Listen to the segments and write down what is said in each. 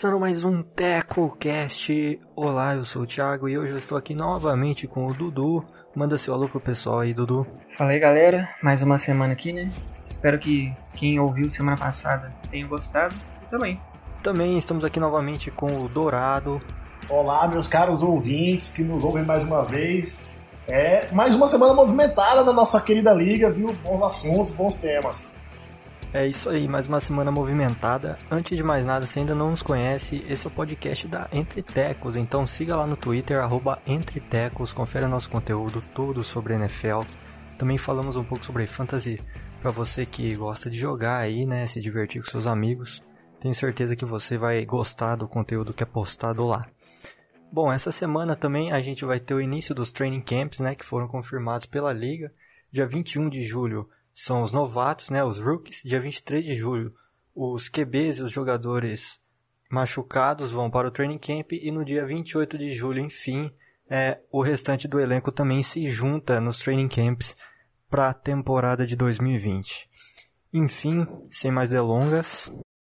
Começando mais um TecoCast. Olá, eu sou o Thiago e hoje eu estou aqui novamente com o Dudu. Manda seu alô pro pessoal aí, Dudu. Fala aí, galera, mais uma semana aqui, né? Espero que quem ouviu semana passada tenha gostado e também. Também estamos aqui novamente com o Dourado. Olá, meus caros ouvintes que nos ouvem mais uma vez. Mais uma semana movimentada na nossa querida liga, viu? Bons assuntos, bons temas. É isso aí, mais uma semana movimentada. Antes de mais nada, se ainda não nos conhece, esse é o podcast da Entre Tecos. Então siga lá no Twitter, @EntreTecos, confere nosso conteúdo, tudo sobre NFL. Também falamos um pouco sobre Fantasy, para você que gosta de jogar aí, né, se divertir com seus amigos. Tenho certeza que você vai gostar do conteúdo que é postado lá. Bom, essa semana também a gente vai ter o início dos training camps, né, que foram confirmados pela liga. Dia 21 de julho são os novatos, né, os rookies. Dia 23 de julho, os QBs e os jogadores machucados vão para o training camp. E no dia 28 de julho, enfim, o restante do elenco também se junta nos training camps para a temporada de 2020. Enfim, sem mais delongas.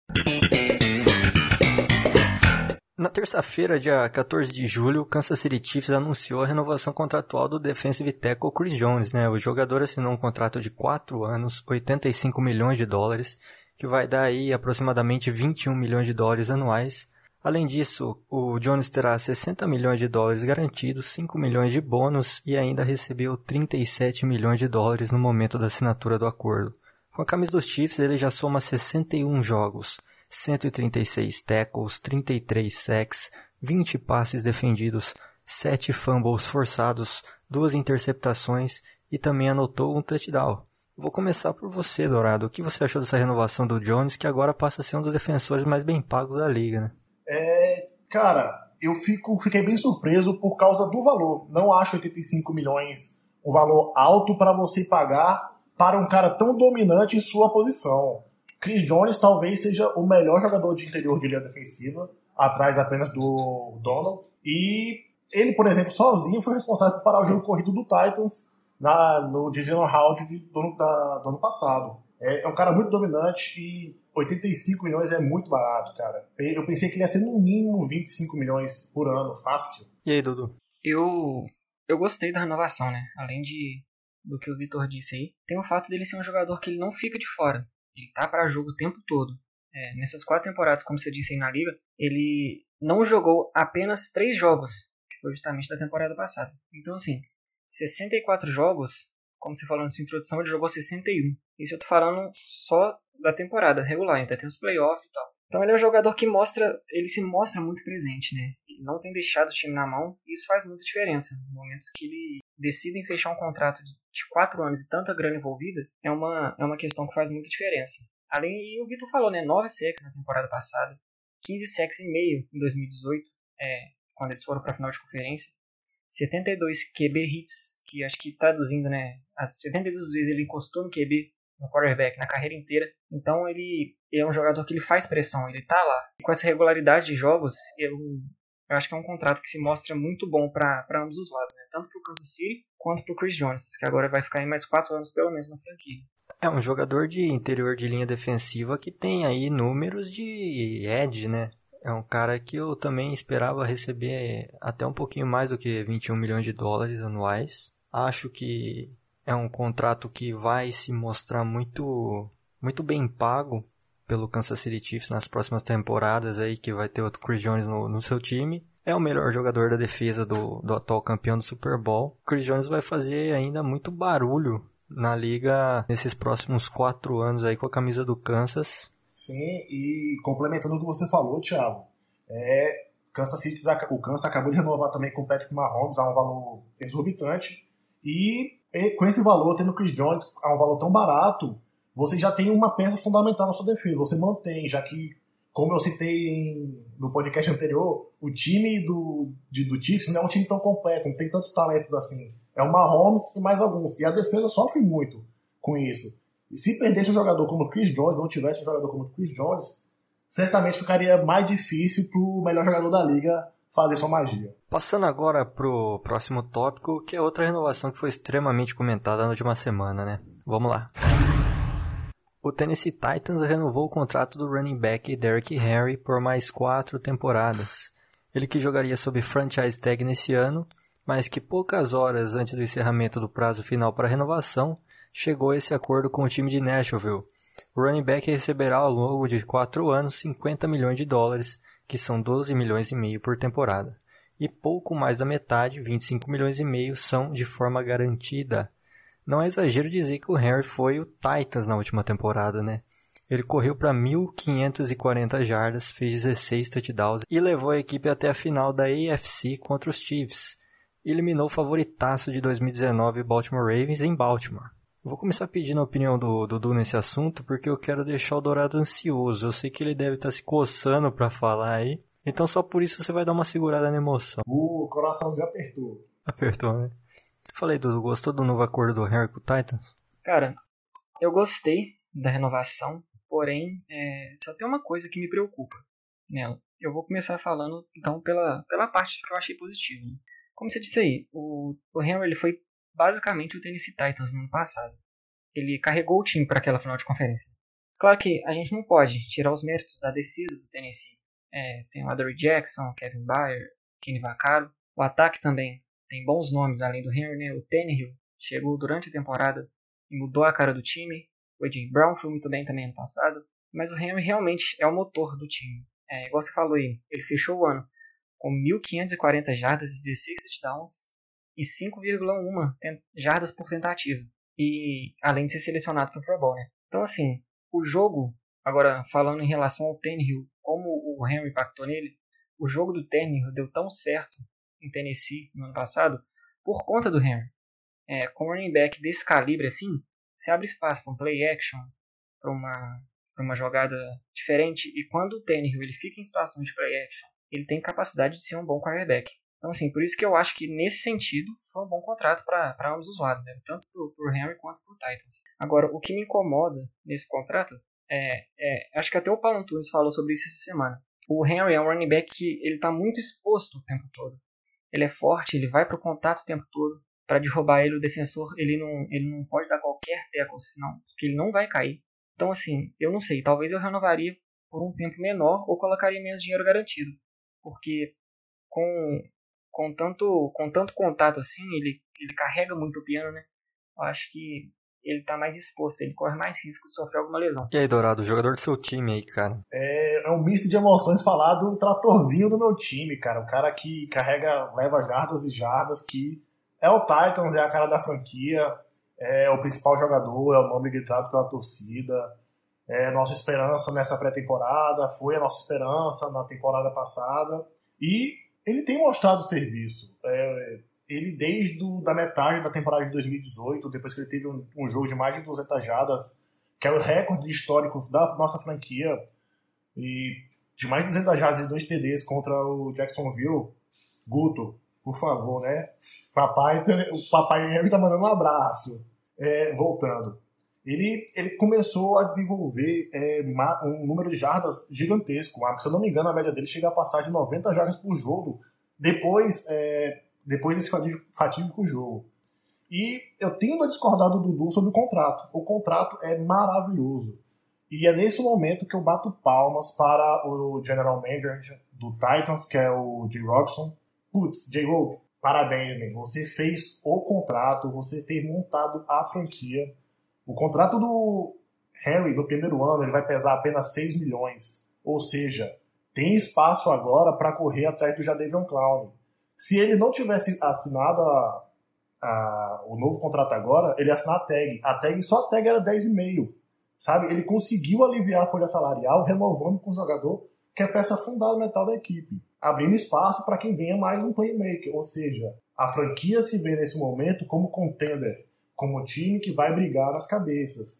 Na terça-feira, dia 14 de julho, o Kansas City Chiefs anunciou a renovação contratual do defensive tackle Chris Jones, né? O jogador assinou um contrato de 4 anos, 85 milhões de dólares, que vai dar aí aproximadamente 21 milhões de dólares anuais. Além disso, o Jones terá 60 milhões de dólares garantidos, 5 milhões de bônus e ainda recebeu 37 milhões de dólares no momento da assinatura do acordo. Com a camisa dos Chiefs, ele já soma 61 jogos. 136 tackles, 33 sacks, 20 passes defendidos, 7 fumbles forçados, 2 interceptações e também anotou um touchdown. Vou começar por você, Dourado. O que você achou dessa renovação do Jones, que agora passa a ser um dos defensores mais bem pagos da liga, né? Cara, eu fiquei bem surpreso por causa do valor. Não acho 85 milhões um valor alto para você pagar para um cara tão dominante em sua posição. Chris Jones talvez seja o melhor jogador de interior de linha defensiva, atrás apenas do Donald. E ele, por exemplo, sozinho foi responsável por parar o jogo corrido do Titans no Divisional Round do ano passado. É um cara muito dominante e 85 milhões é muito barato, cara. Eu pensei que ele ia ser no mínimo 25 milhões por ano, fácil. E aí, Dudu? Eu gostei da renovação, né? Além do que o Vitor disse aí, tem o fato dele ser um jogador que ele não fica de fora. Ele tá para jogo o tempo todo. Nessas 4 temporadas, como você disse aí na liga, ele não jogou apenas 3 jogos, que foi justamente da temporada passada. Então, assim, 64 jogos, como você falou na sua introdução, ele jogou 61. Isso eu tô falando só da temporada regular, ainda tem os playoffs e tal. Então ele é um jogador que ele se mostra muito presente, né? Ele não tem deixado o time na mão, e isso faz muita diferença. No momento que ele decide fechar um contrato de 4 anos e tanta grana envolvida, é uma questão que faz muita diferença. Além, e o Vitor falou, né? 9 sacks na temporada passada, 15 sacks e meio em 2018, quando eles foram para a final de conferência, 72 QB hits, que acho que traduzindo, né? As 72 vezes ele encostou no QB, no quarterback, na carreira inteira. Então ele é um jogador que ele faz pressão, ele tá lá. E com essa regularidade de jogos, eu acho que é um contrato que se mostra muito bom para ambos os lados, né? Tanto pro Kansas City quanto pro Chris Jones, que agora vai ficar em mais 4 anos pelo menos na franquia. É um jogador de interior de linha defensiva que tem aí números de edge, né? É um cara que eu também esperava receber até um pouquinho mais do que 21 milhões de dólares anuais. Acho que é um contrato que vai se mostrar muito, muito bem pago pelo Kansas City Chiefs nas próximas temporadas aí, que vai ter o Chris Jones no seu time. É o melhor jogador da defesa do atual campeão do Super Bowl. Chris Jones vai fazer ainda muito barulho na liga nesses próximos 4 anos aí com a camisa do Kansas. Sim, e complementando o que você falou, Thiago, o Kansas acabou de renovar também com o Patrick Mahomes a um valor exorbitante. E com esse valor, tendo o Chris Jones a um valor tão barato, você já tem uma peça fundamental na sua defesa. Você mantém, já que, como eu citei no podcast anterior, o time do Chiefs não é um time tão completo, não tem tantos talentos assim. É o Mahomes e mais alguns. E a defesa sofre muito com isso. E se perdesse um jogador como o Chris Jones, não tivesse um jogador como o Chris Jones, certamente ficaria mais difícil pro melhor jogador da liga fazer sua magia. Passando agora pro próximo tópico, que é outra renovação que foi extremamente comentada na última semana, né? Vamos lá. O Tennessee Titans renovou o contrato do running back Derrick Henry por mais 4 temporadas. Ele que jogaria sob franchise tag nesse ano, mas que poucas horas antes do encerramento do prazo final para renovação, chegou a esse acordo com o time de Nashville. O running back receberá ao longo de 4 anos 50 milhões de dólares, que são 12 milhões e meio por temporada. E pouco mais da metade, 25 milhões e meio, são de forma garantida. Não é exagero dizer que o Henry foi o Titans na última temporada, né? Ele correu para 1.540 jardas, fez 16 touchdowns e levou a equipe até a final da AFC contra os Chiefs. Eliminou o favoritaço de 2019 Baltimore Ravens em Baltimore. Vou começar pedindo a opinião do Dudu nesse assunto porque eu quero deixar o Dourado ansioso. Eu sei que ele deve estar se coçando para falar aí. Então só por isso você vai dar uma segurada na emoção. O coraçãozinho apertou. Apertou, né? Falei, Dudu, gostou do novo acordo do Henry com o Titans? Cara, eu gostei da renovação, porém, só tem uma coisa que me preocupa nela. Eu vou começar falando, então, pela parte que eu achei positiva. Né? Como você disse aí, o Henry ele foi basicamente o Tennessee Titans no ano passado. Ele carregou o time para aquela final de conferência. Claro que a gente não pode tirar os méritos da defesa do Tennessee. Tem o Adoree Jackson, Kevin Byard, Kenny Vaccaro. O ataque também tem bons nomes além do Henry, né? O Tannehill chegou durante a temporada e mudou a cara do time. O A.J. Brown foi muito bem também ano passado. Mas o Henry realmente é o motor do time. Igual você falou aí, ele fechou o ano com 1.540 jardas, 16 touchdowns e 5,1 jardas por tentativa. E além de ser selecionado para o Pro Bowl, né? Então assim, o jogo, agora falando em relação ao Tannehill, como o Henry impactou nele, o jogo do Tannehill deu tão certo em Tennessee no ano passado por conta do Henry. Com um running back desse calibre assim, você abre espaço para um play action, para uma jogada diferente, e quando o Tannehill ele fica em situações de play action, ele tem capacidade de ser um bom quarterback. Então assim, por isso que eu acho que nesse sentido foi um bom contrato para ambos os lados, né? Tanto para o Henry quanto para o Titans. Agora, o que me incomoda nesse contrato acho que até o Paulo Antunes falou sobre isso essa semana. O Henry é um running back que ele está muito exposto o tempo todo. Ele é forte, ele vai para o contato o tempo todo. Para derrubar ele, o defensor ele não pode dar qualquer tackle, senão, porque ele não vai cair. Então assim, eu não sei, talvez eu renovaria por um tempo menor ou colocaria menos dinheiro garantido. Porque com tanto contato assim, ele carrega muito o piano, né? Eu acho que ele tá mais exposto, ele corre mais risco de sofrer alguma lesão. E aí, Dourado, o jogador do seu time aí, cara? É um misto de emoções falar do tratorzinho do meu time, cara. O cara que leva jardas e jardas, que é o Titans, é a cara da franquia, é o principal jogador, é o nome gritado pela torcida, é a nossa esperança nessa pré-temporada, foi a nossa esperança na temporada passada, e ele tem mostrado serviço. Ele desde da metade da temporada de 2018, depois que ele teve um jogo de mais de 200 jardas, que é o recorde histórico da nossa franquia, e de mais de 200 jardas e 2 TDs contra o Jacksonville. Guto, por favor, né? O papai Henry tá mandando um abraço. Voltando. Ele começou a desenvolver um número de jardas gigantesco. Se eu não me engano, a média dele chega a passar de 90 jardas por jogo depois desse fatídico jogo. E eu tendo a discordar do Dudu sobre o contrato. O contrato é maravilhoso. E é nesse momento que eu bato palmas para o General Manager do Titans, que é o Jay Robson. Putz, J-Rob, parabéns, man. Você fez o contrato, você tem montado a franquia. O contrato do Henry, no primeiro ano, ele vai pesar apenas 6 milhões. Ou seja, tem espaço agora para correr atrás do Jadeveon Clowney. Se ele não tivesse assinado o novo contrato agora, ele ia assinar a tag. Só a tag era 10,5. Sabe? Ele conseguiu aliviar a folha salarial, renovando com um jogador que é peça fundamental da equipe, abrindo espaço para quem venha mais um playmaker. Ou seja, a franquia se vê nesse momento como contender, como time que vai brigar nas cabeças.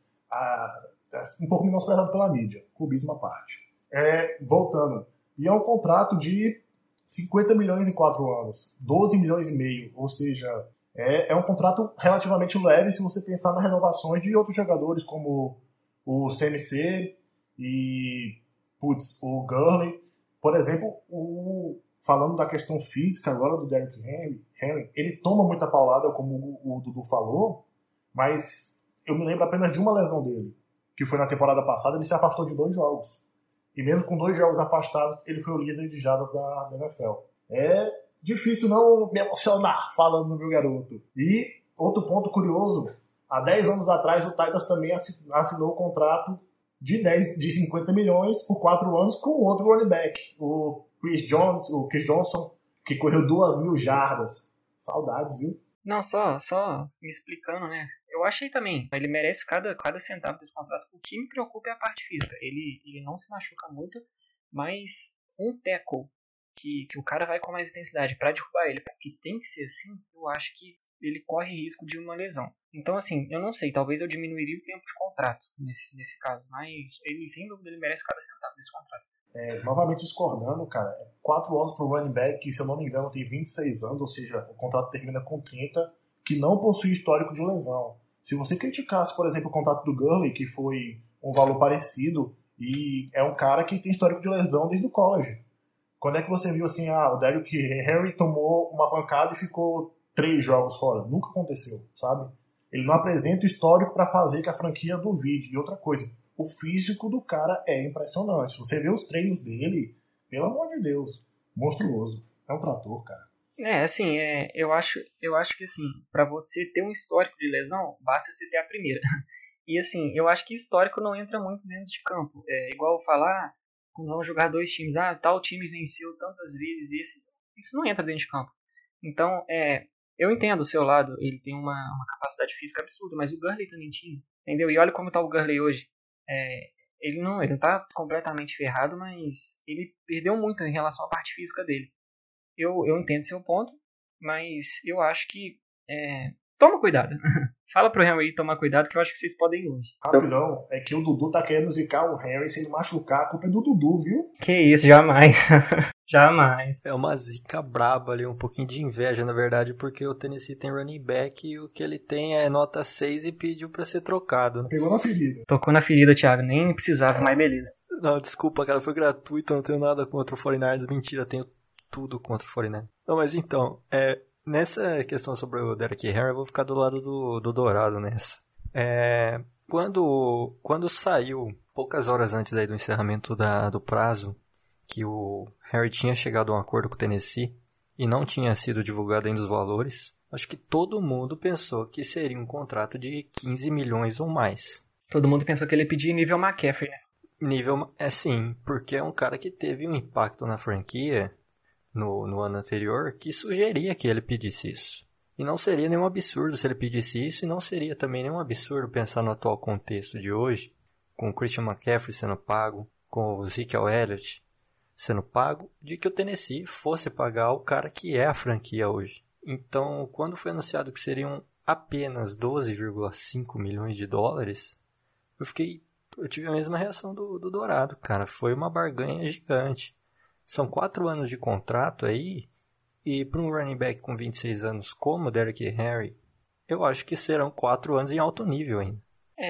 Um pouco menosprezado pela mídia, clubismo à parte. Voltando, e é um contrato de 50 milhões em 4 anos, 12 milhões e meio, ou seja, é um contrato relativamente leve se você pensar nas renovações de outros jogadores como o CMC e o Gurley. Por exemplo, falando da questão física agora do Derrick Henry, ele toma muita paulada, como o Dudu falou, mas eu me lembro apenas de uma lesão dele. que foi na temporada passada, ele se afastou de 2 jogos. E mesmo com 2 jogos afastados, ele foi o líder de jardas da NFL. É difícil não me emocionar falando do meu garoto. E outro ponto curioso, há 10 anos atrás o Titans também assinou um contrato de 50 milhões por 4 anos com outro running back, o Chris Johnson, que correu 2.000 jardas. Saudades, viu? Não, só me explicando, né? Eu achei também, ele merece cada centavo desse contrato. O que me preocupa é a parte física. Ele não se machuca muito, mas um tackle que o cara vai com mais intensidade para derrubar ele, porque tem que ser assim, eu acho que ele corre risco de uma lesão. Então, assim, eu não sei, talvez eu diminuiria o tempo de contrato nesse caso, mas ele, sem dúvida, ele merece cada centavo desse contrato. Novamente discordando, cara, 4 anos pro running back, que se eu não me engano tem 26 anos, ou seja, o contrato termina com 30, que não possui histórico de lesão. Se você criticasse, por exemplo, o contrato do Gurley, que foi um valor parecido, e é um cara que tem histórico de lesão desde o college. Quando é que você viu assim, o Derrick Henry tomou uma pancada e ficou 3 jogos fora? Nunca aconteceu, sabe? Ele não apresenta o histórico para fazer que a franquia duvide. E outra coisa, o físico do cara é impressionante. Você vê os treinos dele, pelo amor de Deus, monstruoso. É um trator, cara. Assim, eu acho que assim, para você ter um histórico de lesão, basta você ter a primeira. E assim, eu acho que histórico não entra muito dentro de campo. É igual falar, quando vamos jogar 2 times, tal time venceu tantas vezes, isso não entra dentro de campo. Então, eu entendo o seu lado, ele tem uma capacidade física absurda, mas o Gurley também tinha, entendeu? E olha como tá o Gurley hoje. Ele não tá completamente ferrado, mas ele perdeu muito em relação à parte física dele. Eu entendo seu ponto, mas eu acho que toma cuidado. Fala pro Henry tomar cuidado, que eu acho que vocês podem ir longe. Rapidão, é que o Dudu tá querendo zicar o Henry, se ele machucar, a culpa é do Dudu, viu? Que isso, jamais. Jamais. É uma zica braba ali, um pouquinho de inveja, na verdade, porque o Tennessee tem running back e o que ele tem é nota 6 e pediu pra ser trocado. Né? Pegou na ferida. Tocou na ferida, Thiago, nem precisava, mas beleza. Não, desculpa, cara, foi gratuito, eu não tenho nada contra o 49ers, mentira, tenho tudo contra o 49ers. Não, mas então, nessa questão sobre o Derrick Henry, eu vou ficar do lado do Dourado nessa. Quando saiu, poucas horas antes aí do encerramento do prazo, que o Henry tinha chegado a um acordo com o Tennessee e não tinha sido divulgado ainda os valores, acho que todo mundo pensou que seria um contrato de 15 milhões ou mais. Todo mundo pensou que ele ia pedir nível McCaffrey, né? Nível, sim, porque é um cara que teve um impacto na franquia no ano anterior que sugeria que ele pedisse isso. E não seria nenhum absurdo se ele pedisse isso, e não seria também nenhum absurdo pensar no atual contexto de hoje, com o Christian McCaffrey sendo pago, com o Ezekiel Elliott sendo pago, de que o Tennessee fosse pagar o cara que é a franquia hoje. Então, quando foi anunciado que seriam apenas 12,5 milhões de dólares, eu tive a mesma reação do Dourado, cara. Foi uma barganha gigante. São 4 anos de contrato aí, e para um running back com 26 anos como o Derrick Henry, eu acho que serão 4 anos em alto nível ainda.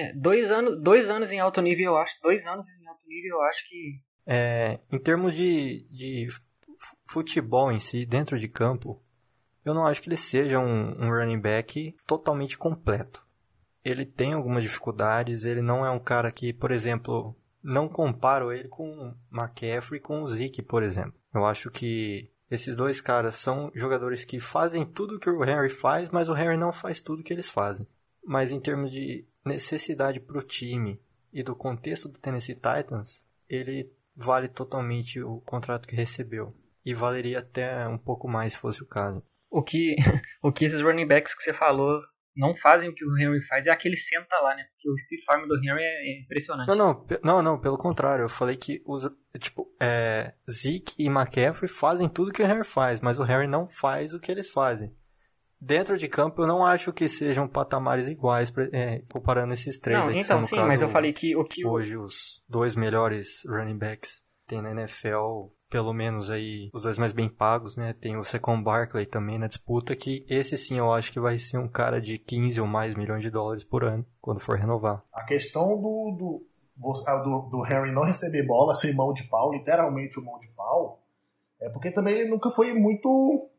2 anos em alto nível, eu acho. 2 anos em alto nível, eu acho que... Em termos de futebol em si, dentro de campo, eu não acho que ele seja um running back totalmente completo. Ele tem algumas dificuldades, ele não é um cara que, por exemplo, não comparo ele com o McCaffrey e com o Zeke, por exemplo. Eu acho que esses 2 caras são jogadores que fazem tudo que o Henry faz, mas o Henry não faz tudo que eles fazem. Mas em termos de necessidade para o time e do contexto do Tennessee Titans, ele vale totalmente o contrato que recebeu. E valeria até um pouco mais se fosse o caso. O que esses running backs que você falou não fazem o que o Henry faz, é aquele senta lá, né? Porque o Steve Farm do Henry é impressionante. Não, pelo contrário. Eu falei que Zeke e McCaffrey fazem tudo que o Henry faz, mas o Henry não faz o que eles fazem. Dentro de campo, eu não acho que sejam patamares iguais, comparando esses 3 aí que então, são, no sim, caso, mas eu falei que hoje os 2 melhores running backs tem na NFL, pelo menos aí os 2 mais bem pagos, né? Tem o Saquon Barkley também na disputa, que esse sim eu acho que vai ser um cara de 15 ou mais milhões de dólares por ano, quando for renovar. A questão do Henry não receber bola sem mão de pau, literalmente o mão de pau, é porque também ele nunca foi muito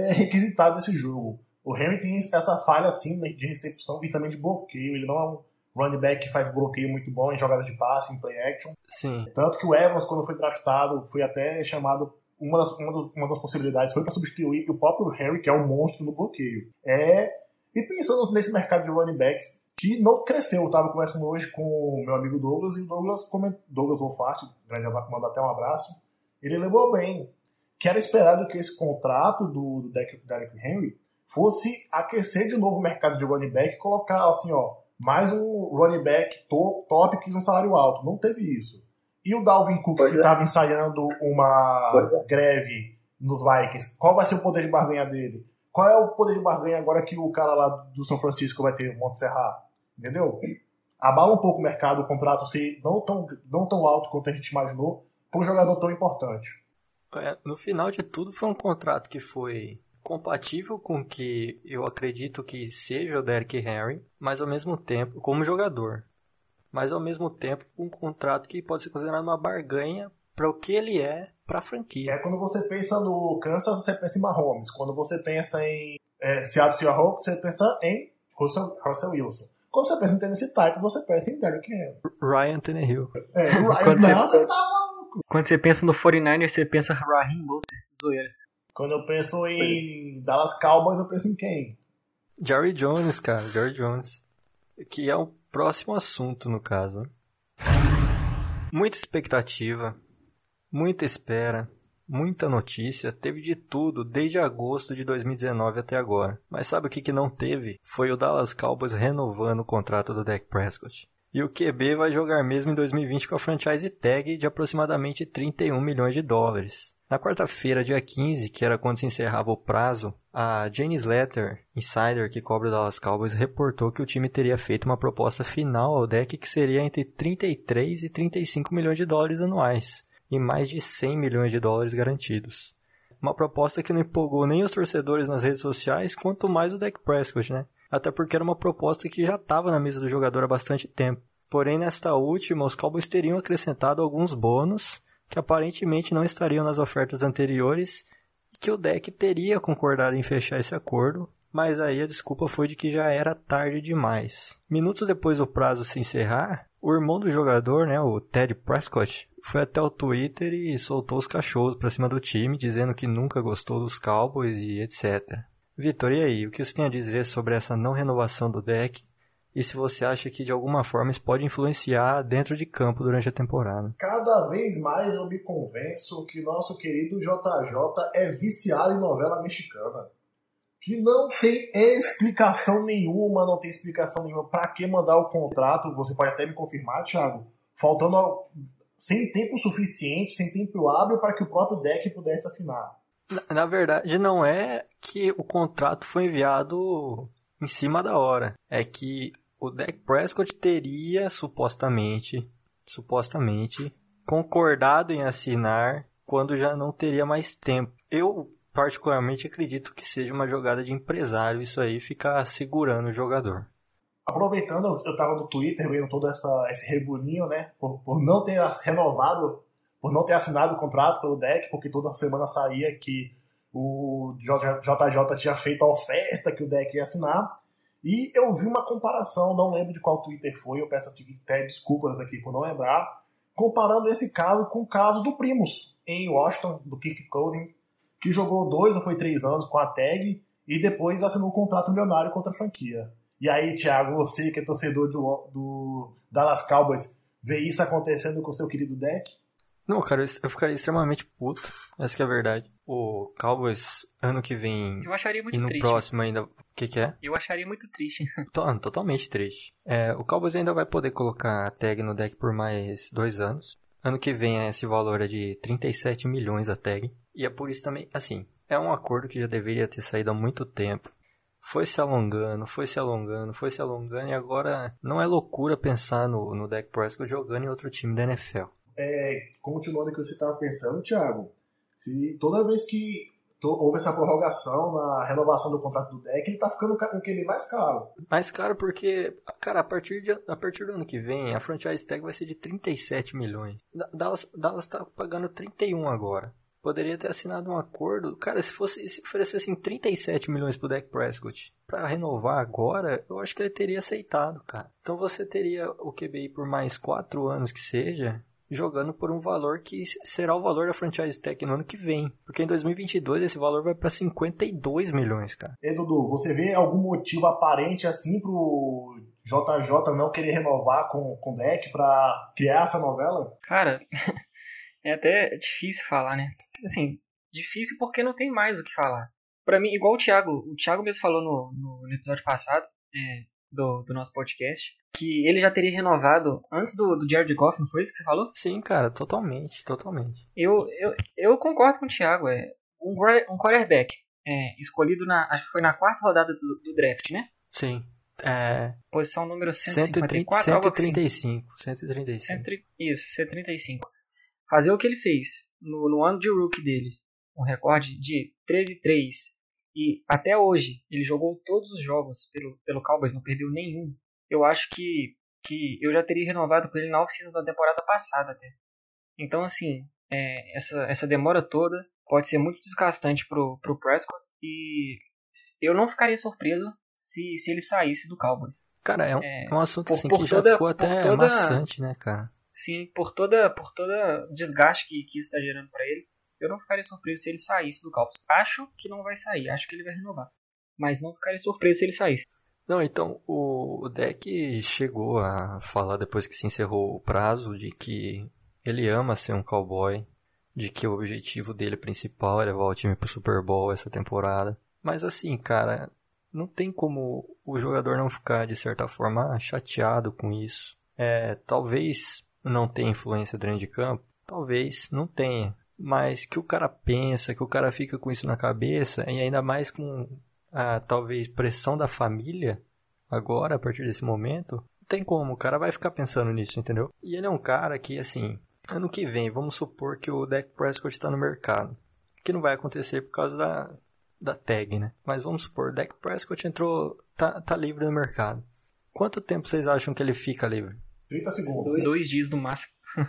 requisitado nesse jogo. O Henry tem essa falha assim de recepção e também de bloqueio. Ele não é running back que faz bloqueio muito bom em jogadas de passe, em play action. Sim. Tanto que o Evans, quando foi draftado, foi até chamado, uma das possibilidades foi para substituir o próprio Henry, que é um monstro no bloqueio. E pensando nesse mercado de running backs, que não cresceu. Eu estava conversando hoje com o meu amigo Douglas, e o Douglas Wolfart, manda até um abraço, ele lembrou bem que era esperado que esse contrato do Derrick Henry fosse aquecer de novo o mercado de running back e colocar assim, mais um running back top que um salário alto. Não teve isso. E o Dalvin Cook, que estava ensaiando uma greve nos Vikings, qual vai ser o poder de barganha dele? Qual é o poder de barganha agora que o cara lá do São Francisco vai ter, Montserrat? Entendeu? Abala um pouco o mercado, o contrato ser não tão alto quanto a gente imaginou, para um jogador tão importante. No final de tudo, foi um contrato que foi compatível com o que eu acredito que seja o Derrick Henry, mas ao mesmo tempo, como jogador, mas ao mesmo tempo um contrato que pode ser considerado uma barganha para o que ele é para a franquia. Quando você pensa no Kansas, você pensa em Mahomes. Quando você pensa em Seattle Seahawks, você pensa em Russell Wilson. Quando você pensa em Tennessee Titans, você pensa em Derrick Henry. Ryan Tannehill. Você tá maluco. Quando você pensa no 49ers, você pensa Raheem Mostert, zoeira. Quando eu penso em Dallas Cowboys, eu penso em quem? Jerry Jones, cara. Jerry Jones. Que é o próximo assunto, no caso. Muita expectativa. Muita espera, muita notícia, teve de tudo desde agosto de 2019 até agora. Mas sabe o que não teve? Foi o Dallas Cowboys renovando o contrato do Dak Prescott. E o QB vai jogar mesmo em 2020 com a franchise tag de aproximadamente 31 milhões de dólares. Na quarta-feira, dia 15, que era quando se encerrava o prazo, a Jane Slater, insider que cobre o Dallas Cowboys, reportou que o time teria feito uma proposta final ao Dak que seria entre 33 e 35 milhões de dólares anuais. E mais de 100 milhões de dólares garantidos. Uma proposta que não empolgou nem os torcedores nas redes sociais, quanto mais o Dak Prescott, né? Até porque era uma proposta que já estava na mesa do jogador há bastante tempo. Porém, nesta última, os Cowboys teriam acrescentado alguns bônus que aparentemente não estariam nas ofertas anteriores e que o Dak teria concordado em fechar esse acordo, mas aí a desculpa foi de que já era tarde demais. Minutos depois do prazo se encerrar, o irmão do jogador, né, o Ted Prescott, foi até o Twitter e soltou os cachorros pra cima do time, dizendo que nunca gostou dos Cowboys e etc. Vitor, e aí? O que você tem a dizer sobre essa não renovação do Dak? E se você acha que de alguma forma isso pode influenciar dentro de campo durante a temporada? Cada vez mais eu me convenço que nosso querido JJ é viciado em novela mexicana. Que não tem explicação nenhuma, Pra que mandar o contrato? Você pode até me confirmar, Thiago. Faltando sem tempo suficiente, sem tempo hábil para que o próprio Dak pudesse assinar. Na verdade, não é que o contrato foi enviado em cima da hora. É que o Dak Prescott teria supostamente concordado em assinar quando já não teria mais tempo. Eu particularmente acredito que seja uma jogada de empresário isso aí, ficar segurando o jogador. Aproveitando, eu estava no Twitter vendo todo esse rebulinho, né, por não ter renovado, por não ter assinado o contrato pelo Dak, porque toda semana saía que o JJ tinha feito a oferta que o Dak ia assinar, e eu vi uma comparação, não lembro de qual Twitter foi, eu peço até desculpas aqui por não lembrar, comparando esse caso com o caso do Primus, em Washington, do Kirk Cousins, que jogou 2 ou foi 3 anos com a tag, e depois assinou um contrato milionário contra a franquia. E aí, Thiago, você que é torcedor do Dallas Cowboys, vê isso acontecendo com o seu querido Dak? Não, cara, eu ficaria extremamente puto. Essa que é a verdade. O Cowboys, ano que vem... Eu acharia muito e no triste. próximo ainda... O que é? Eu acharia muito triste. Totalmente triste. O Cowboys ainda vai poder colocar a tag no Dak por mais 2 anos. Ano que vem esse valor é de 37 milhões a tag. E é por isso também, assim, é um acordo que já deveria ter saído há muito tempo. Foi se alongando, e agora não é loucura pensar no Dak Prescott jogando em outro time da NFL. Continuando o que você estava pensando, Thiago, se toda vez que houve essa prorrogação na renovação do contrato do Dak, ele tá ficando com aquele mais caro. Mais caro porque, cara, a partir do ano que vem, a franchise tag vai ser de 37 milhões. Dallas tá pagando 31 agora. Poderia ter assinado um acordo. Cara, se oferecessem 37 milhões pro Dak Prescott pra renovar agora, eu acho que ele teria aceitado, cara. Então você teria o QB por mais 4 anos que seja, jogando por um valor que será o valor da franchise tag no ano que vem. Porque em 2022 esse valor vai pra 52 milhões, cara. Dudu, você vê algum motivo aparente assim pro JJ não querer renovar com o Dak pra criar essa novela? Cara, é até difícil falar, né? Assim, difícil porque não tem mais o que falar. Pra mim, igual o Thiago mesmo falou no episódio passado do nosso podcast, que ele já teria renovado antes do Jared Goff, não foi isso que você falou? Sim, cara, totalmente. Eu concordo com o Thiago, um quarterback escolhido acho que foi na 4ª rodada do draft, né? Sim. Posição número 154, algo assim. 135. Isso, 135. Fazer o que ele fez no ano de rookie dele, um recorde de 13-3, e até hoje ele jogou todos os jogos pelo Cowboys, não perdeu nenhum. Eu acho que eu já teria renovado com ele na off-season da temporada passada até. Então, assim, essa demora toda pode ser muito desgastante pro Prescott, e eu não ficaria surpreso se ele saísse do Cowboys. Cara, é um assunto assim que já ficou até maçante, né, cara? Sim, por toda desgaste que isso está gerando para ele, eu não ficaria surpreso se ele saísse do Cowboys. Acho que não vai sair, acho que ele vai renovar. Mas não ficaria surpreso se ele saísse. Não, então, o Dak chegou a falar depois que se encerrou o prazo de que ele ama ser um cowboy, de que o objetivo dele principal é levar o time pro Super Bowl essa temporada. Mas assim, cara, não tem como o jogador não ficar, de certa forma, chateado com isso. Talvez não tenha influência dentro de campo, talvez não tenha. Mas que o cara pensa, que o cara fica com isso na cabeça, e ainda mais com a talvez pressão da família, agora, a partir desse momento, não tem como, o cara vai ficar pensando nisso, entendeu? E ele é um cara que, assim, ano que vem, vamos supor que o Dak Prescott está no mercado, que não vai acontecer por causa da tag, né? Mas vamos supor, o Dak Prescott entrou, tá livre no mercado. Quanto tempo vocês acham que ele fica livre? 30 segundos. 2 dias no máximo.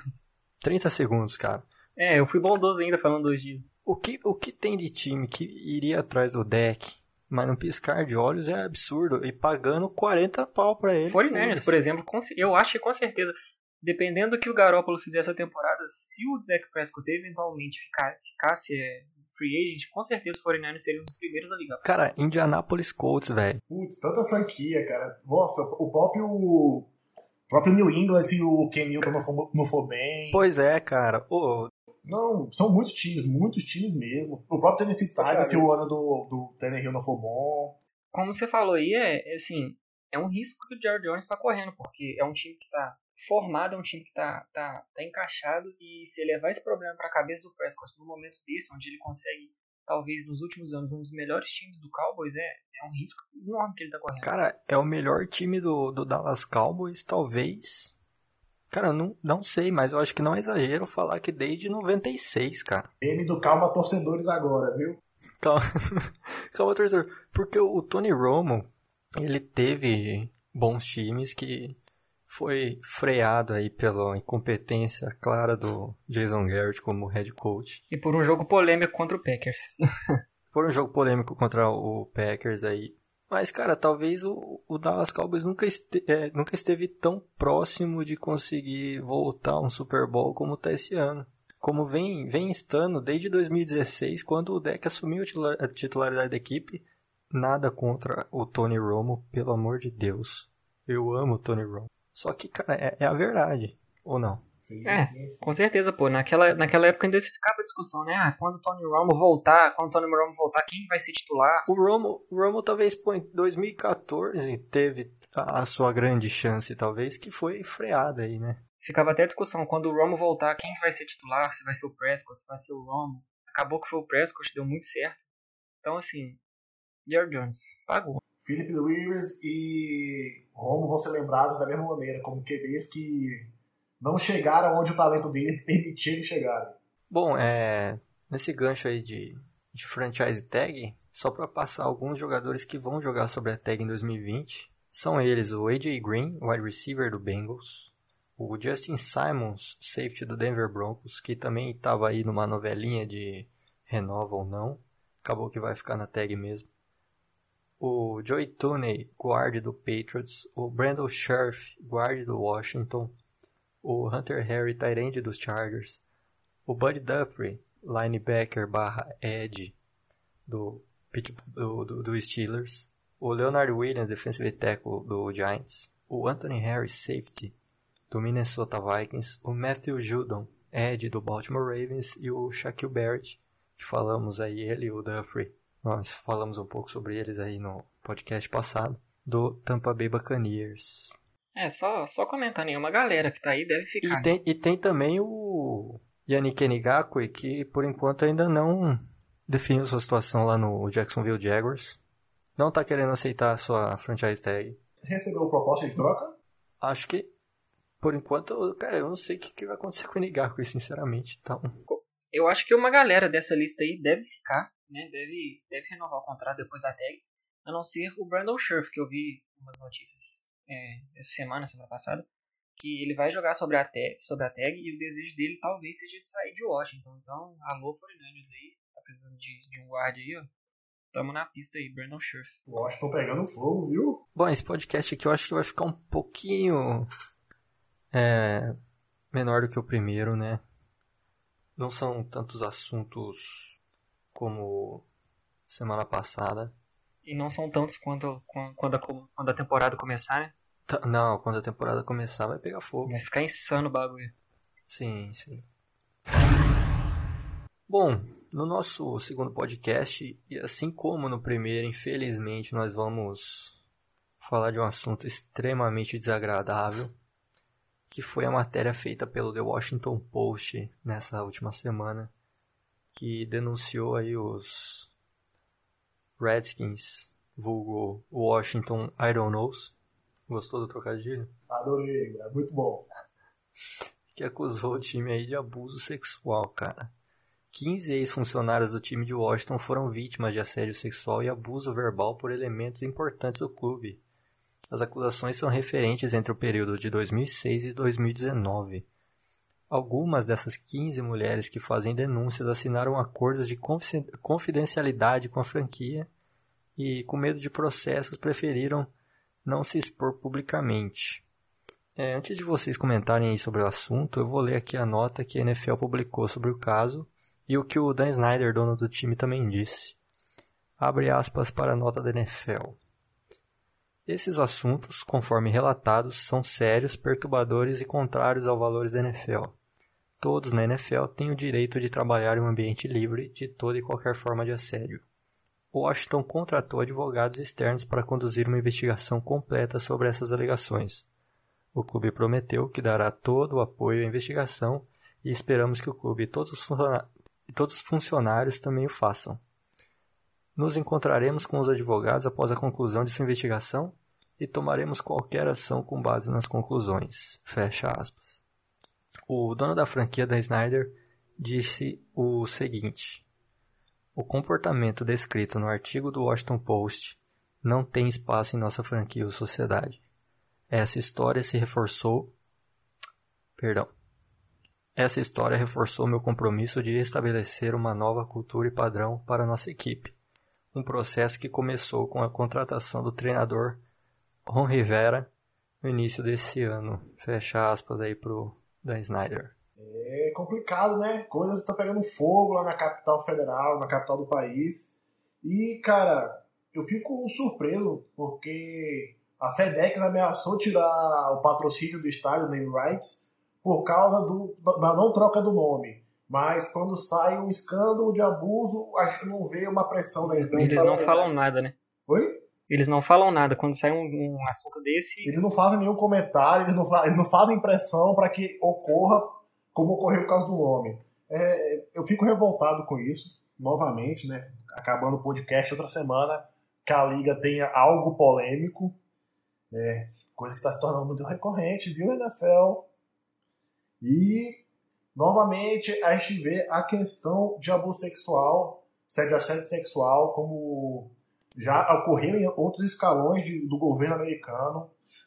30 segundos, cara. Eu fui bondoso ainda falando 2 dias. O que tem de time que iria atrás do Dak, mas no piscar de olhos é absurdo, e pagando 40 pau pra ele? 49ers, por exemplo, eu acho que com certeza, dependendo do que o Garoppolo fizer essa temporada, se o Dak Prescott eventualmente ficasse free agent, com certeza os 49ers seriam os primeiros a ligar. Cara, Indianapolis Colts, velho. Putz, tanta franquia, cara. Nossa, o próprio New England, se o Ken Newton não for bem. Pois é, cara. Não, são muitos times mesmo. O próprio Tennessee Titans, se o ano do Tannehill não for bom. Como você falou aí, assim, é um risco que o Jared Jones está correndo, porque é um time que está formado, é um time que tá encaixado, e se ele levar esse problema para a cabeça do Prescott num momento desse, onde ele consegue, talvez nos últimos anos, um dos melhores times do Cowboys, é um risco enorme que ele tá correndo. Cara, é o melhor time do Dallas Cowboys, talvez. Cara, não sei, mas eu acho que não é exagero falar que desde 96, cara. M do Calma Torcedores agora, viu? Calma, torcedor. Porque o Tony Romo, ele teve bons times que foi freado aí pela incompetência clara do Jason Garrett como head coach. E por um jogo polêmico contra o Packers. Por um jogo polêmico contra o Packers aí. Mas, cara, talvez o Dallas Cowboys nunca esteve tão próximo de conseguir voltar a um Super Bowl como tá esse ano. Como vem estando desde 2016, quando o Dak assumiu a titularidade da equipe. Nada contra o Tony Romo, pelo amor de Deus. Eu amo o Tony Romo. Só que, cara, é a verdade, ou não? Sim. Com certeza, pô. Naquela época ainda se ficava a discussão, né? Quando o Tony Romo voltar, quem vai ser titular? O Romo talvez, pô, em 2014 teve a sua grande chance, talvez, que foi freada aí, né? Ficava até a discussão, quando o Romo voltar, quem vai ser titular? Se vai ser o Prescott, se vai ser o Romo. Acabou que foi o Prescott, deu muito certo. Então, assim, Jared Jones pagou. Philip Rivers e Romo vão ser lembrados da mesma maneira, como QBs que não chegaram onde o talento dele permitia eles chegarem. Bom, nesse gancho aí de franchise tag, só para passar alguns jogadores que vão jogar sobre a tag em 2020, são eles o AJ Green, wide receiver do Bengals, O Justin Simons, safety do Denver Broncos, que também estava aí numa novelinha de renova ou não. Acabou que vai ficar na tag mesmo. O Joey Tooney, guard do Patriots. O Brandon Scherff, guard do Washington. O Hunter Henry, tight end dos Chargers. O Bud Dupree, linebacker / edge do Steelers. O Leonard Williams, defensive tackle do Giants. O Anthony Harris, safety do Minnesota Vikings. O Matthew Judon, edge do Baltimore Ravens. E o Shaquille Barrett, que falamos aí, ele e o Dupree. Nós falamos um pouco sobre eles aí no podcast passado, do Tampa Bay Buccaneers. Só comentando aí, uma galera que tá aí deve ficar. E tem também o Yannick Ngakoue, que por enquanto ainda não definiu sua situação lá no Jacksonville Jaguars. Não tá querendo aceitar a sua franchise tag. Recebeu proposta de troca? Acho que, por enquanto, cara, eu não sei o que vai acontecer com o Ngakoue, sinceramente. Então... Eu acho que uma galera dessa lista aí deve ficar, né? Deve renovar o contrato depois da tag. A não ser o Brandon Scherff, que eu vi umas notícias essa semana passada, que ele vai jogar sobre a tag e o desejo dele talvez seja de sair de Washington. Então, alô 49ers aí, tá precisando de um guarda aí, ó. Tamo na pista aí, Brandon Scherff. Washington pegando fogo, viu? Bom, esse podcast aqui eu acho que vai ficar um pouquinho menor do que o primeiro, né? Não são tantos assuntos como semana passada. E não são tantos quando a temporada começar, né? Não, quando a temporada começar vai pegar fogo. Vai ficar insano o bagulho. Sim. Bom, no nosso segundo podcast, e assim como no primeiro, infelizmente, nós vamos falar de um assunto extremamente desagradável, que foi a matéria feita pelo The Washington Post nessa última semana, que denunciou aí os Redskins, vulgo Washington I Don't Knows. Gostou do trocadilho? Adorei, é muito bom. Que acusou o time aí de abuso sexual, cara. 15 ex-funcionários do time de Washington foram vítimas de assédio sexual e abuso verbal por elementos importantes do clube. As acusações são referentes entre o período de 2006 e 2019. Algumas dessas 15 mulheres que fazem denúncias assinaram acordos de confidencialidade com a franquia e, com medo de processos, preferiram não se expor publicamente. Antes de vocês comentarem aí sobre o assunto, eu vou ler aqui a nota que a NFL publicou sobre o caso e o que o Dan Snyder, dono do time, também disse. Abre aspas para a nota da NFL. Esses assuntos, conforme relatados, são sérios, perturbadores e contrários aos valores da NFL. Todos na NFL têm o direito de trabalhar em um ambiente livre de toda e qualquer forma de assédio. Washington contratou advogados externos para conduzir uma investigação completa sobre essas alegações. O clube prometeu que dará todo o apoio à investigação e esperamos que o clube e todos os funcionários também o façam. Nos encontraremos com os advogados após a conclusão de sua investigação e tomaremos qualquer ação com base nas conclusões. Fecha aspas. O dono da franquia da Snyder disse o seguinte: o comportamento descrito no artigo do Washington Post não tem espaço em nossa franquia ou sociedade. Essa história reforçou meu compromisso de estabelecer uma nova cultura e padrão para a nossa equipe. Um processo que começou com a contratação do treinador Ron Rivera no início desse ano. Fecha aspas aí pro Dan Snyder. É complicado, né? Coisas estão pegando fogo lá na capital federal, na capital do país. E, cara, eu fico surpreso porque a FedEx ameaçou tirar o patrocínio do estádio, name rights, por causa da não troca do nome. Mas quando sai um escândalo de abuso, acho que não vê uma pressão da imprensa. Eles não falam nada, né? Oi? Eles não falam nada. Quando sai um assunto desse... Eles não fazem nenhum comentário, eles não fazem pressão para que ocorra como ocorreu por causa do nome. Eu fico revoltado com isso, novamente, né? Acabando o podcast outra semana, que a Liga tenha algo polêmico. Coisa que está se tornando muito recorrente, viu, NFL? E... novamente, a gente vê a questão de abuso sexual, de assédio sexual, como já ocorreu em outros escalões do governo americano.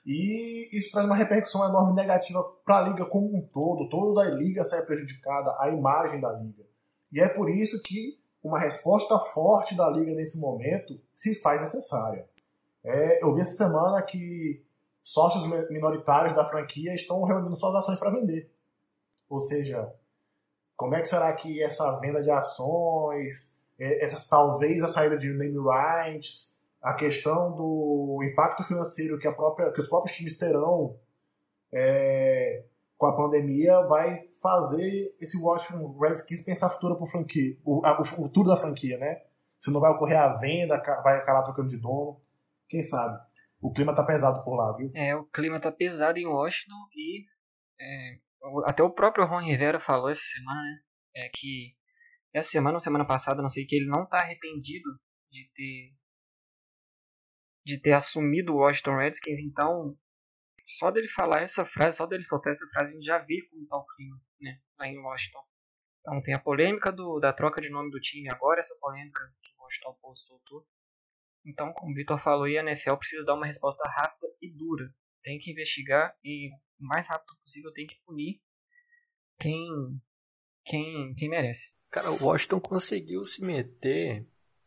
E isso traz uma repercussão enorme negativa para a liga como um todo. Toda a liga sai prejudicada, a imagem da liga. E é por isso que uma resposta forte da liga nesse momento se faz necessária. Eu vi essa semana que sócios minoritários da franquia estão reunindo suas ações para vender. Ou seja, como é que será que essa venda de ações, talvez a saída de name rights, a questão do impacto financeiro que os próprios times terão com a pandemia vai fazer esse Washington Redskins pensar o futuro da franquia, né? Se não vai ocorrer a venda, vai acabar trocando de dono, quem sabe? O clima tá pesado por lá, viu? O clima tá pesado em Washington e até o próprio Ron Rivera falou essa semana, né? Que essa semana ou semana passada, não sei, que ele não tá arrependido de ter assumido o Washington Redskins. Então, só dele falar essa frase, só dele soltar essa frase, a gente já vê como tá o clima, né, lá em Washington. Então tem a polêmica da troca de nome do time agora, essa polêmica que o Washington Post soltou. Então, como o Vitor falou, a NFL precisa dar uma resposta rápida e dura. Tem que investigar e o mais rápido possível tem que punir quem merece. Cara, o Washington conseguiu se meter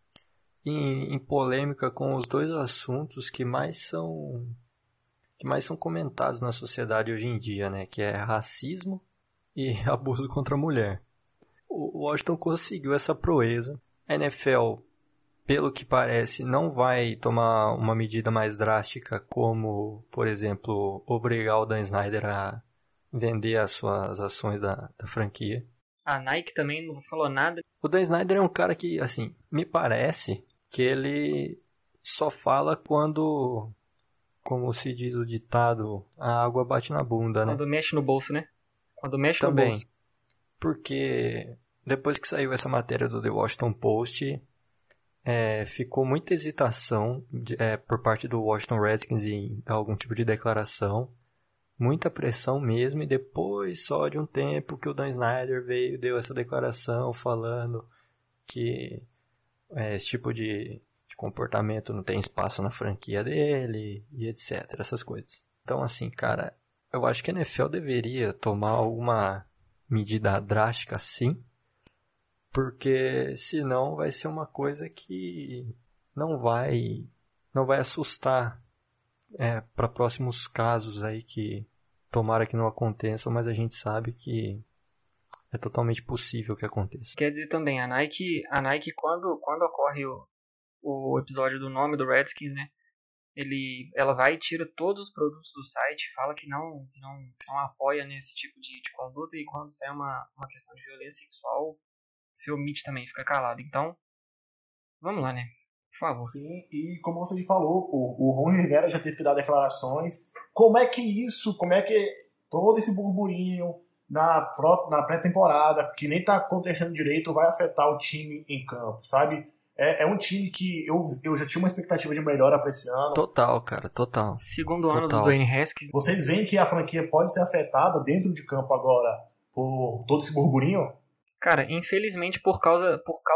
em polêmica com os dois assuntos que mais são comentados na sociedade hoje em dia, né? Que é racismo e abuso contra a mulher. O Washington conseguiu essa proeza. A NFL, pelo que parece, não vai tomar uma medida mais drástica como, por exemplo, obrigar o Dan Snyder a vender as suas ações da franquia. A Nike também não falou nada. O Dan Snyder é um cara que, assim, me parece que ele só fala quando, como se diz o ditado, a água bate na bunda, né? Quando mexe no bolso, né? Quando mexe também, no bolso. Porque depois que saiu essa matéria do The Washington Post, ficou muita hesitação por parte do Washington Redskins em dar algum tipo de declaração. Muita pressão mesmo, e depois, só de um tempo, que o Dan Snyder veio e deu essa declaração falando que esse tipo de comportamento não tem espaço na franquia dele, e etc, essas coisas. Então, assim, cara, eu acho que a NFL deveria tomar alguma medida drástica, sim, porque senão vai ser uma coisa que não vai assustar para próximos casos aí que tomara que não aconteçam, mas a gente sabe que é totalmente possível que aconteça. Quer dizer também, a Nike quando ocorre o episódio do nome do Redskins, né? Ela vai e tira todos os produtos do site, fala que não apoia nesse tipo de conduta, e quando sai uma questão de violência sexual, se omite também, fica calado. Então, vamos lá, né? Por favor. Sim, e como você falou, o Ron Rivera já teve que dar declarações. Como é que todo esse burburinho na pré-temporada, que nem tá acontecendo direito, vai afetar o time em campo, sabe? É um time que eu já tinha uma expectativa de melhora para esse ano. Total, cara, total. Segundo ano do Dwayne Haskins. Vocês veem que a franquia pode ser afetada dentro de campo agora por todo esse burburinho? Cara, infelizmente por causa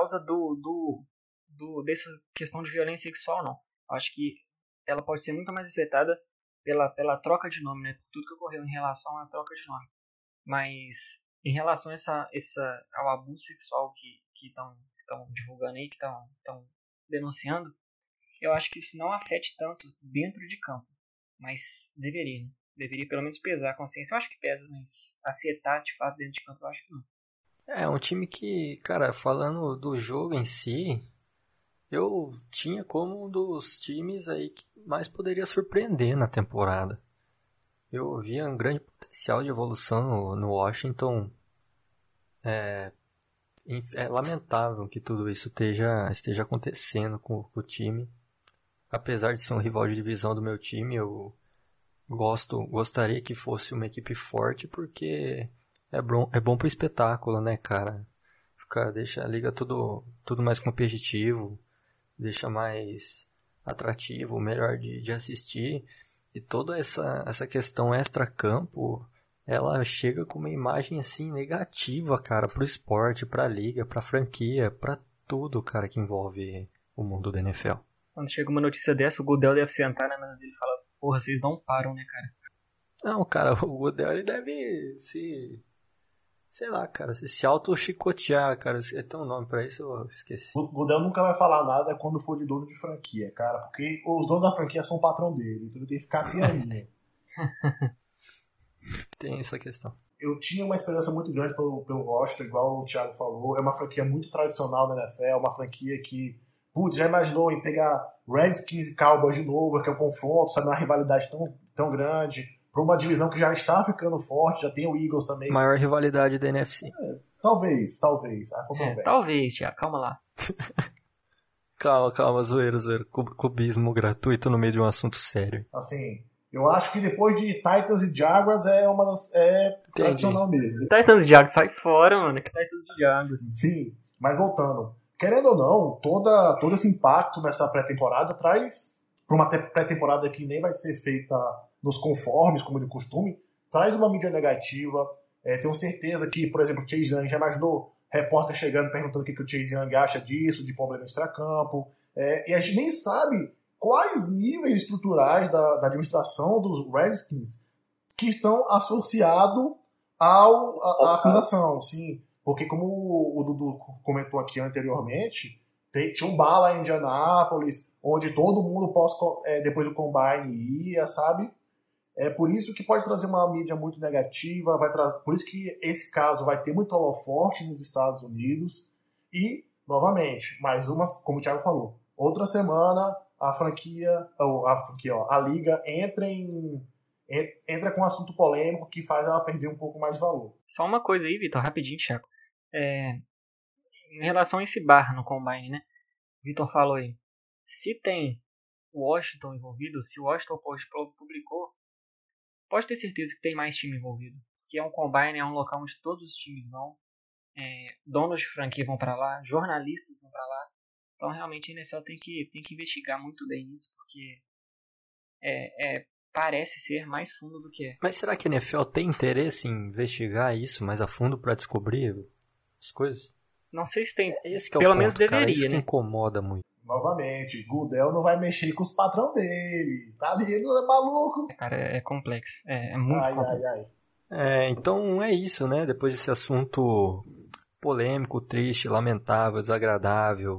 dessa questão de violência sexual, não. Acho que ela pode ser muito mais afetada pela troca de nome, né? Por tudo que ocorreu em relação à troca de nome. Mas em relação ao abuso sexual que estão divulgando aí, que estão denunciando, eu acho que isso não afete tanto dentro de campo. Mas deveria, né? Deveria pelo menos pesar a consciência. Eu acho que pesa, mas afetar de fato dentro de campo eu acho que não. É um time que, cara, falando do jogo em si, eu tinha como um dos times aí que mais poderia surpreender na temporada. Eu via um grande potencial de evolução no Washington. É lamentável que tudo isso esteja acontecendo com o time. Apesar de ser um rival de divisão do meu time, eu gostaria que fosse uma equipe forte, porque é bom pro espetáculo, né, cara? Deixa a liga tudo mais competitivo, deixa mais atrativo, melhor de assistir. E toda essa questão extra-campo, ela chega com uma imagem assim negativa, cara, pro esporte, pra liga, pra franquia, pra tudo, cara, que envolve o mundo da NFL. Quando chega uma notícia dessa, o Goodell deve sentar na mesa dele e falar: porra, vocês não param, né, cara? Não, cara, o Goodell, ele deve se... Sei lá, cara, se auto-chicotear, cara. Tem um nome pra isso, eu esqueci. O Goodell nunca vai falar nada quando for de dono de franquia, cara, porque os donos da franquia são o patrão dele, então ele tem que ficar fianinho. Tem essa questão. Eu tinha uma esperança muito grande pelo Washington, igual o Thiago falou. É uma franquia muito tradicional da NFL, é uma franquia que, putz, já imaginou em pegar Redskins e Cowboys de novo, que é um confronto, sabe, uma rivalidade tão grande, para uma divisão que já está ficando forte, já tem o Eagles também. Maior rivalidade da NFC. Talvez. Talvez, Thiago, calma lá. Calma, zoeiro. Clubismo gratuito no meio de um assunto sério. Assim, eu acho que depois de Titans e Jaguars é uma das... tradicional mesmo. Titans e Jaguars, sai fora, mano. Que Titans e Jaguars. Sim, mas voltando. Querendo ou não, todo esse impacto nessa pré-temporada traz, para uma pré-temporada que nem vai ser feita nos conformes, como de costume, traz uma mídia negativa. Tenho certeza que, por exemplo, o Chase Young, já imaginou repórter chegando perguntando o que o Chase Young acha disso, de problema extracampo. E a gente nem sabe quais níveis estruturais da administração dos Redskins que estão associados à acusação, sim. Porque como o Dudu comentou aqui anteriormente, tinha um bar lá em Indianápolis, onde todo mundo depois do Combine ia, sabe? É por isso que pode trazer uma mídia muito negativa, por isso que esse caso vai ter muito holoforte nos Estados Unidos. E, novamente, mais uma, como o Thiago falou, outra semana a liga entra com um assunto polêmico que faz ela perder um pouco mais de valor. Só uma coisa aí, Vitor, rapidinho, Thiago. Em relação a esse bar no Combine, né? O Vitor falou aí. Se tem Washington envolvido, se o Washington Post publicou, pode ter certeza que tem mais time envolvido. Que é um Combine, é um local onde todos os times vão. Donos de franquia vão pra lá, jornalistas vão pra lá. Então realmente a NFL tem que investigar muito bem isso, porque parece ser mais fundo do que é. Mas será que a NFL tem interesse em investigar isso mais a fundo pra descobrir as coisas? Não sei se tem. Esse que é pelo o ponto, menos deveria, cara, isso né? que incomoda muito. Novamente, Goodell não vai mexer com os patrão dele. Tá ali, ele não é maluco. Cara, é complexo. É muito complexo. Então é isso, né? Depois desse assunto polêmico, triste, lamentável, desagradável,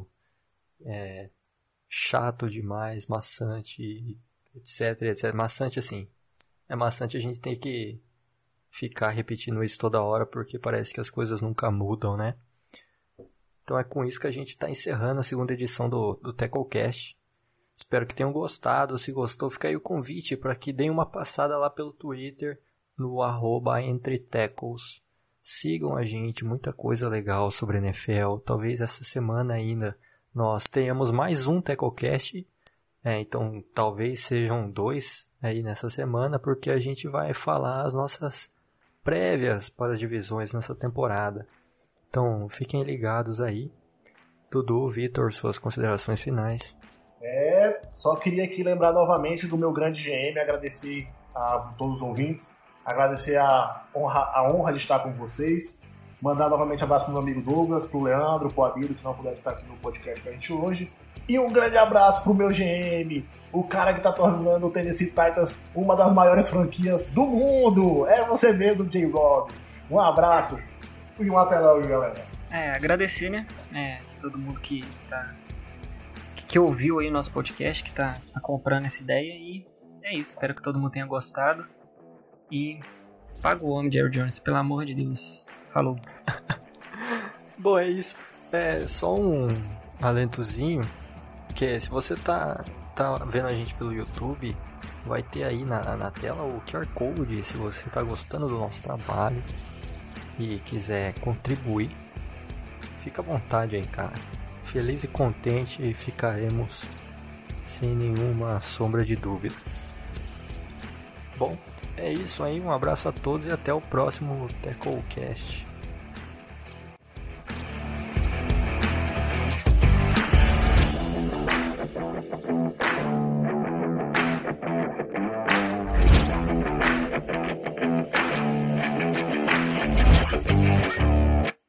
chato demais, maçante, etc. Maçante assim. É maçante a gente tem que ficar repetindo isso toda hora porque parece que as coisas nunca mudam, né? Então é com isso que a gente está encerrando a segunda edição do Tacklecast. Espero que tenham gostado. Se gostou, fica aí o convite para que deem uma passada lá pelo Twitter, no @EntreTackles. Sigam a gente, muita coisa legal sobre NFL. Talvez essa semana ainda nós tenhamos mais um Tacklecast. Então talvez sejam 2 aí nessa semana, porque a gente vai falar as nossas prévias para as divisões nessa temporada. Então, fiquem ligados aí. Dudu, Vitor, suas considerações finais. Só queria aqui lembrar novamente do meu grande GM, agradecer a todos os ouvintes, agradecer a honra de estar com vocês, mandar novamente abraço pro meu amigo Douglas, pro Leandro, pro Abílio, que não puderam estar aqui no podcast com a gente hoje, e um grande abraço pro meu GM, o cara que tá tornando o Tennessee Titans uma das maiores franquias do mundo, é você mesmo, J-Rob. Um abraço. E um até logo, galera. Agradecer, né? Todo mundo que ouviu aí o nosso podcast, que tá comprando essa ideia. E é isso. Espero que todo mundo tenha gostado. E paga o homem, Jerry Jones, pelo amor de Deus. Falou. Bom, é isso. Só um alentozinho. Que se você tá vendo a gente pelo YouTube, vai ter aí na tela o QR Code. Se você tá gostando do nosso trabalho e quiser contribuir, fica à vontade aí, cara. Feliz e contente ficaremos sem nenhuma sombra de dúvidas. Bom, é isso aí. Um abraço a todos e até o próximo Tacklecast.